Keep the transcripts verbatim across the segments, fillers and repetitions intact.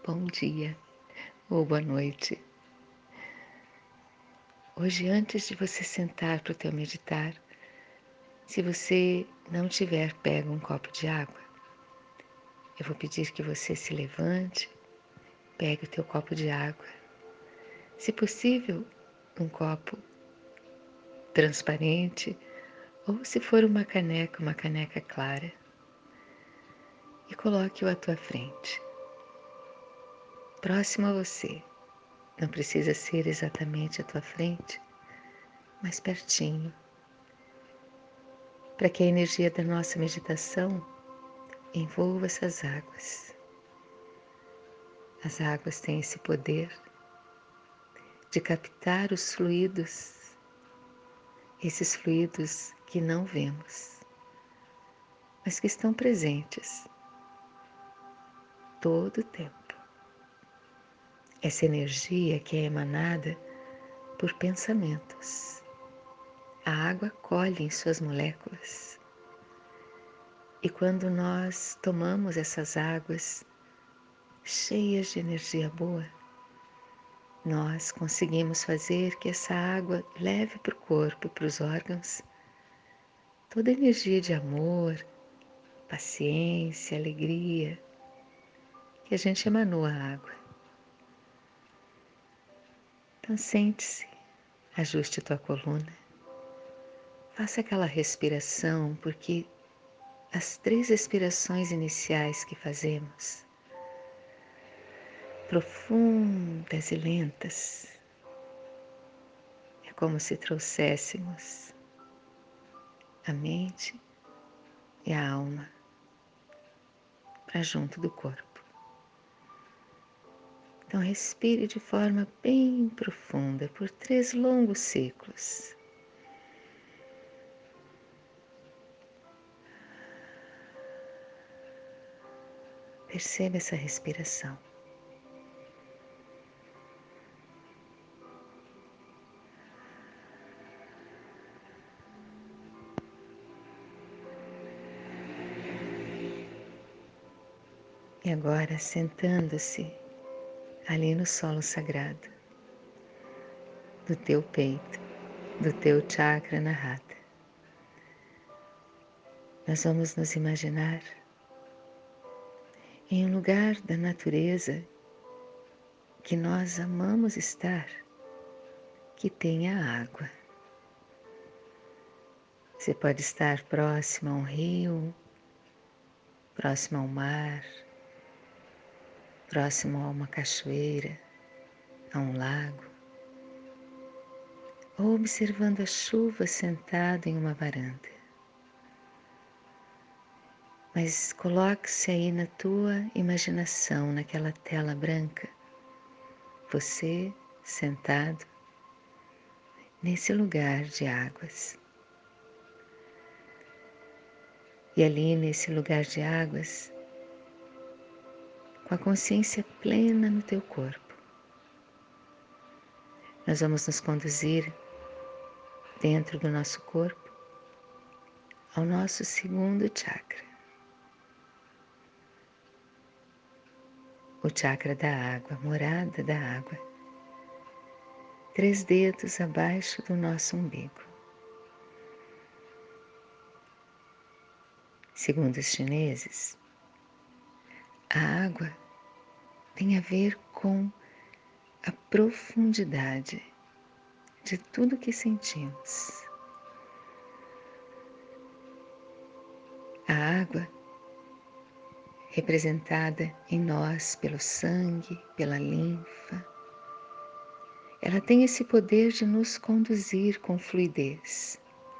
bom dia ou boa noite. Hoje, antes de você sentar para o teu meditar, se você não tiver pego um copo de água, eu vou pedir que você se levante, pegue o teu copo de água. Se possível, um copo transparente ou, se for uma caneca, uma caneca clara, e coloque-o à tua frente, próximo a você. Não precisa ser exatamente à tua frente, mas pertinho, para que a energia da nossa meditação envolva essas águas. As águas têm esse poder de captar os fluidos, esses fluidos que não vemos, mas que estão presentes todo o tempo. Essa energia que é emanada por pensamentos. A água colhe em suas moléculas. E quando nós tomamos essas águas cheias de energia boa, nós conseguimos fazer que essa água leve para o corpo, para os órgãos, toda a energia de amor, paciência, alegria que a gente emanou à água. Então sente-se, ajuste tua coluna, faça aquela respiração, porque as três respirações iniciais que fazemos, profundas e lentas, é como se trouxéssemos a mente e a alma para junto do corpo. Então respire de forma bem profunda por três longos ciclos. Perceba essa respiração. E agora, sentando-se ali no solo sagrado do teu peito, do teu chakra Anahata, nós vamos nos imaginar em um lugar da natureza que nós amamos estar, que tenha água. Você pode estar próximo a um rio, próximo ao mar, próximo a uma cachoeira, a um lago, ou observando a chuva sentado em uma varanda. Mas coloque-se aí na tua imaginação, naquela tela branca, você sentado nesse lugar de águas. E ali nesse lugar de águas, com a consciência plena no teu corpo, nós vamos nos conduzir dentro do nosso corpo ao nosso segundo chakra, o chakra da água, morada da água, três dedos abaixo do nosso umbigo. Segundo os chineses, a água tem a ver com a profundidade de tudo que sentimos. A água, representada em nós pelo sangue, pela linfa, ela tem esse poder de nos conduzir com fluidez.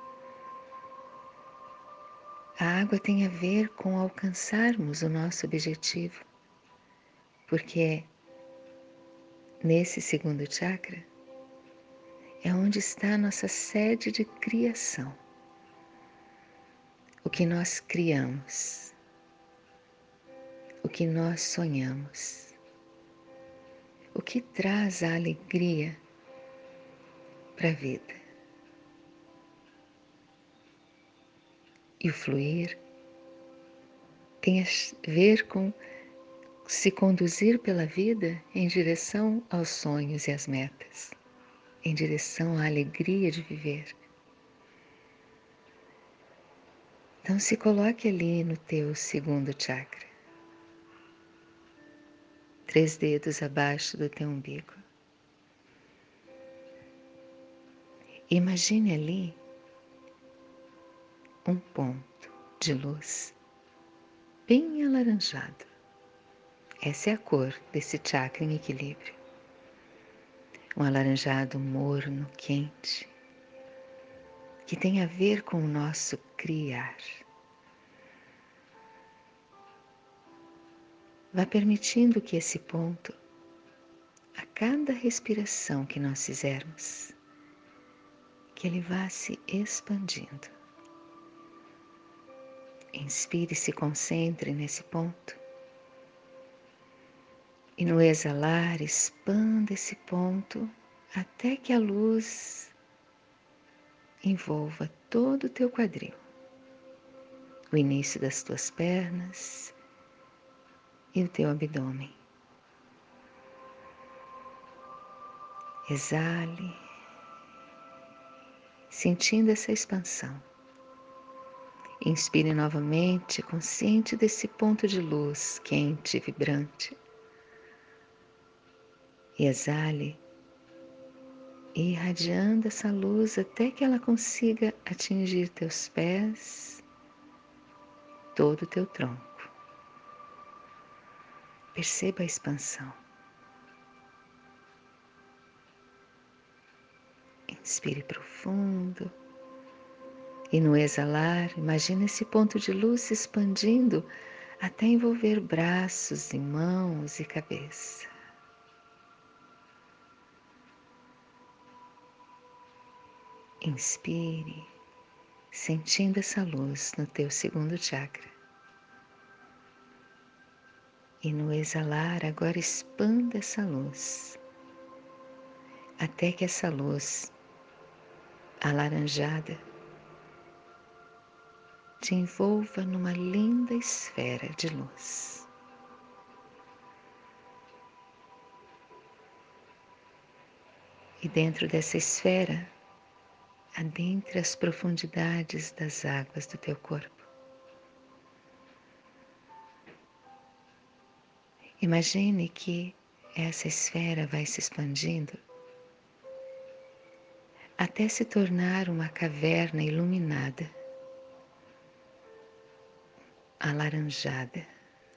A água tem a ver com alcançarmos o nosso objetivo, porque nesse segundo chakra é onde está a nossa sede de criação. O que nós criamos, o que nós sonhamos, o que traz a alegria para a vida. E o fluir tem a ver com se conduzir pela vida em direção aos sonhos e às metas, em direção à alegria de viver. Então se coloque ali no teu segundo chakra, três dedos abaixo do teu umbigo. Imagine ali um ponto de luz bem alaranjado. Essa é a cor desse chakra em equilíbrio. Um alaranjado morno, quente, que tem a ver com o nosso criar. Vá permitindo que esse ponto, a cada respiração que nós fizermos, que ele vá se expandindo. Inspire e se concentre nesse ponto. E no exalar, expanda esse ponto até que a luz envolva todo o teu quadril, o início das tuas pernas e o teu abdômen. Exale, sentindo essa expansão. Inspire novamente, consciente desse ponto de luz quente e vibrante. E exale, irradiando essa luz até que ela consiga atingir teus pés, todo o teu tronco. Perceba a expansão. Inspire profundo. E no exalar, imagine esse ponto de luz se expandindo até envolver braços e mãos e cabeça. Inspire, sentindo essa luz no teu segundo chakra. E no exalar, agora expanda essa luz, até que essa luz alaranjada te envolva numa linda esfera de luz. E dentro dessa esfera, adentre as profundidades das águas do teu corpo. Imagine que essa esfera vai se expandindo até se tornar uma caverna iluminada, alaranjada,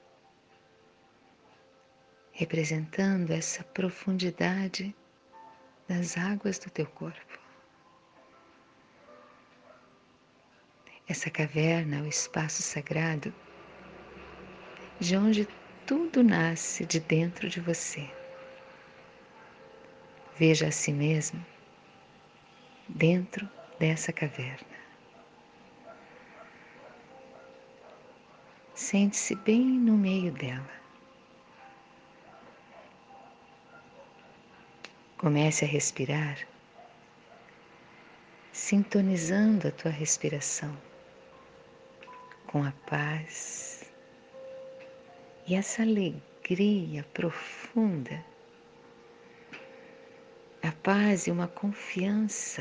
representando essa profundidade das águas do teu corpo. Essa caverna é o espaço sagrado de onde tudo nasce de dentro de você. Veja a si mesmo dentro dessa caverna. Sente-se bem no meio dela. Comece a respirar, sintonizando a tua respiração com a paz e essa alegria profunda, a paz e uma confiança,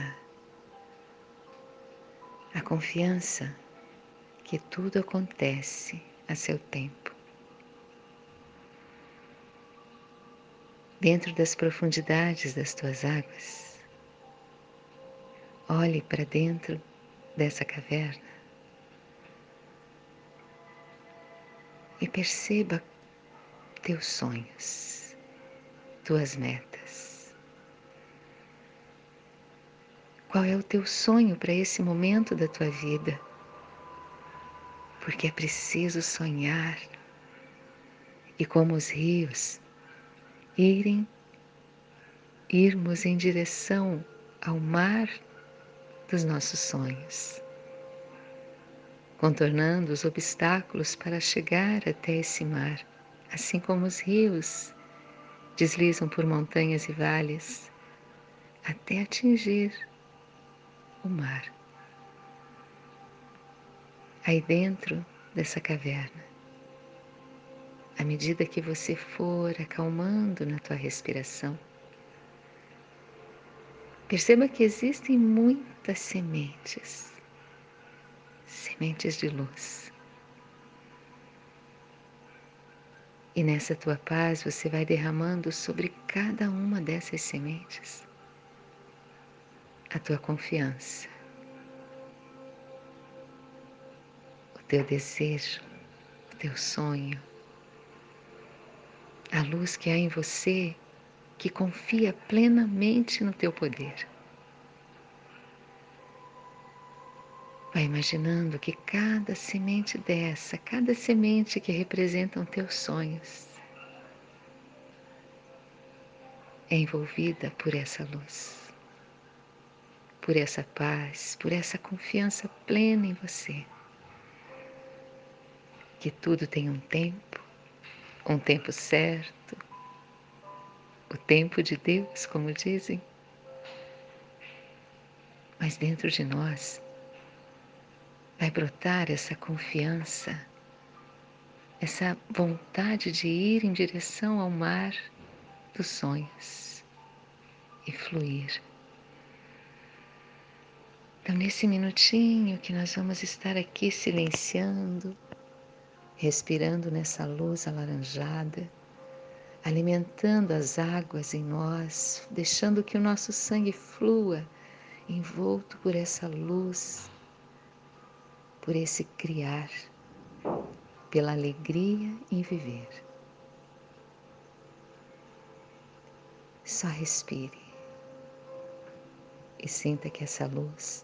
a confiança que tudo acontece a seu tempo. Dentro das profundidades das tuas águas, olhe para dentro dessa caverna e perceba teus sonhos, tuas metas. Qual é o teu sonho para esse momento da tua vida? Porque é preciso sonhar e, como os rios, irem, irmos em direção ao mar dos nossos sonhos, contornando os obstáculos para chegar até esse mar, assim como os rios deslizam por montanhas e vales até atingir o mar. Aí dentro dessa caverna, à medida que você for acalmando na tua respiração, perceba que existem muitas sementes, sementes de luz. E nessa tua paz você vai derramando sobre cada uma dessas sementes a tua confiança, o teu desejo, o teu sonho, a luz que há em você que confia plenamente no teu poder. Vai imaginando que cada semente dessa, cada semente que representam teus sonhos, é envolvida por essa luz, por essa paz, por essa confiança plena em você. Que tudo tem um tempo, um tempo certo, o tempo de Deus, como dizem. Mas dentro de nós vai brotar essa confiança, essa vontade de ir em direção ao mar dos sonhos e fluir. Então, nesse minutinho que nós vamos estar aqui silenciando, respirando nessa luz alaranjada, alimentando as águas em nós, deixando que o nosso sangue flua, envolto por essa luz, por esse criar, pela alegria em viver. Só respire e sinta que essa luz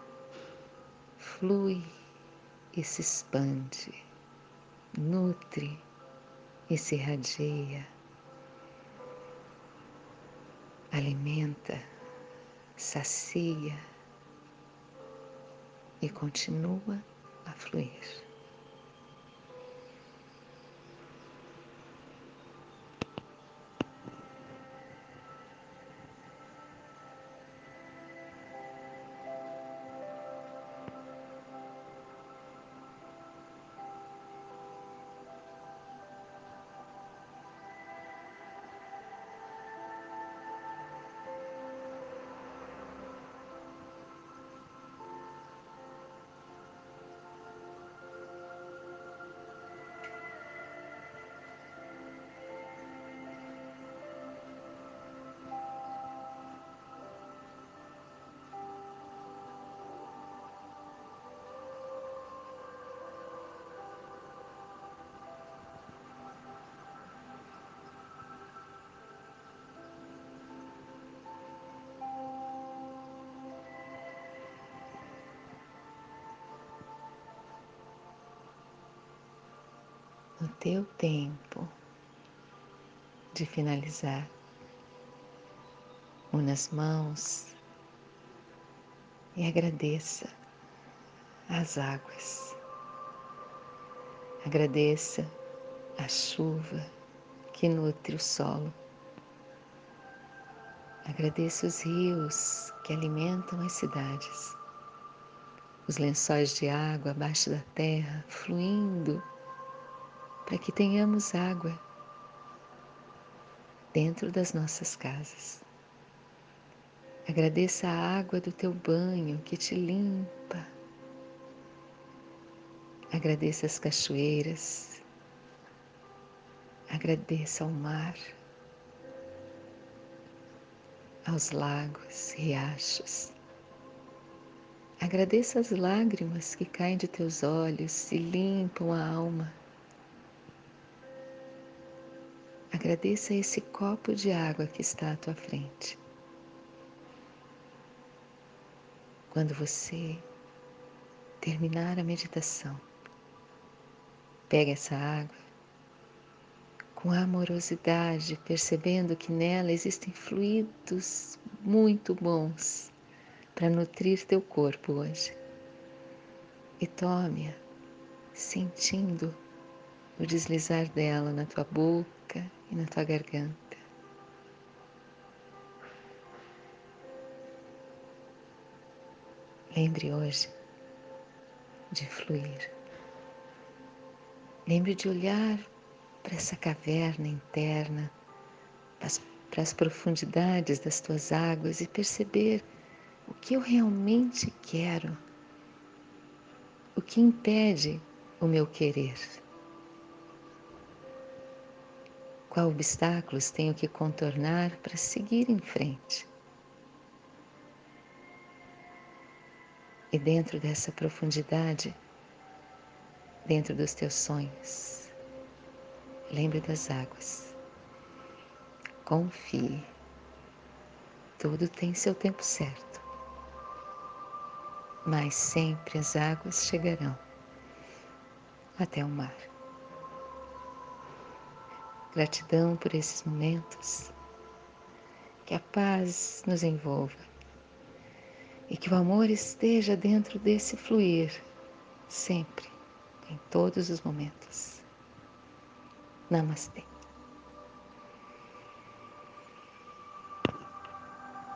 flui e se expande, nutre e se irradia, alimenta, sacia e continua a fluir. No teu tempo de finalizar, una as mãos e agradeça as águas, agradeça a chuva que nutre o solo, agradeça os rios que alimentam as cidades, os lençóis de água abaixo da terra fluindo para que tenhamos água dentro das nossas casas. Agradeça a água do teu banho que te limpa. Agradeça as cachoeiras. Agradeça ao mar, aos lagos, riachos. Agradeça as lágrimas que caem de teus olhos e limpam a alma. Agradeça esse copo de água que está à tua frente. Quando você terminar a meditação, pegue essa água com amorosidade, percebendo que nela existem fluidos muito bons para nutrir teu corpo hoje. E tome-a, sentindo o deslizar dela na tua boca e na tua garganta. Lembre hoje de fluir. Lembre de olhar para essa caverna interna, para as profundidades das tuas águas e perceber o que eu realmente quero, o que impede o meu querer, quais obstáculos tenho que contornar para seguir em frente. E dentro dessa profundidade, dentro dos teus sonhos, lembre das águas. Confie. Tudo tem seu tempo certo. Mas sempre as águas chegarão até o mar. Gratidão por esses momentos. Que a paz nos envolva. E que o amor esteja dentro desse fluir, sempre, em todos os momentos. Namastê.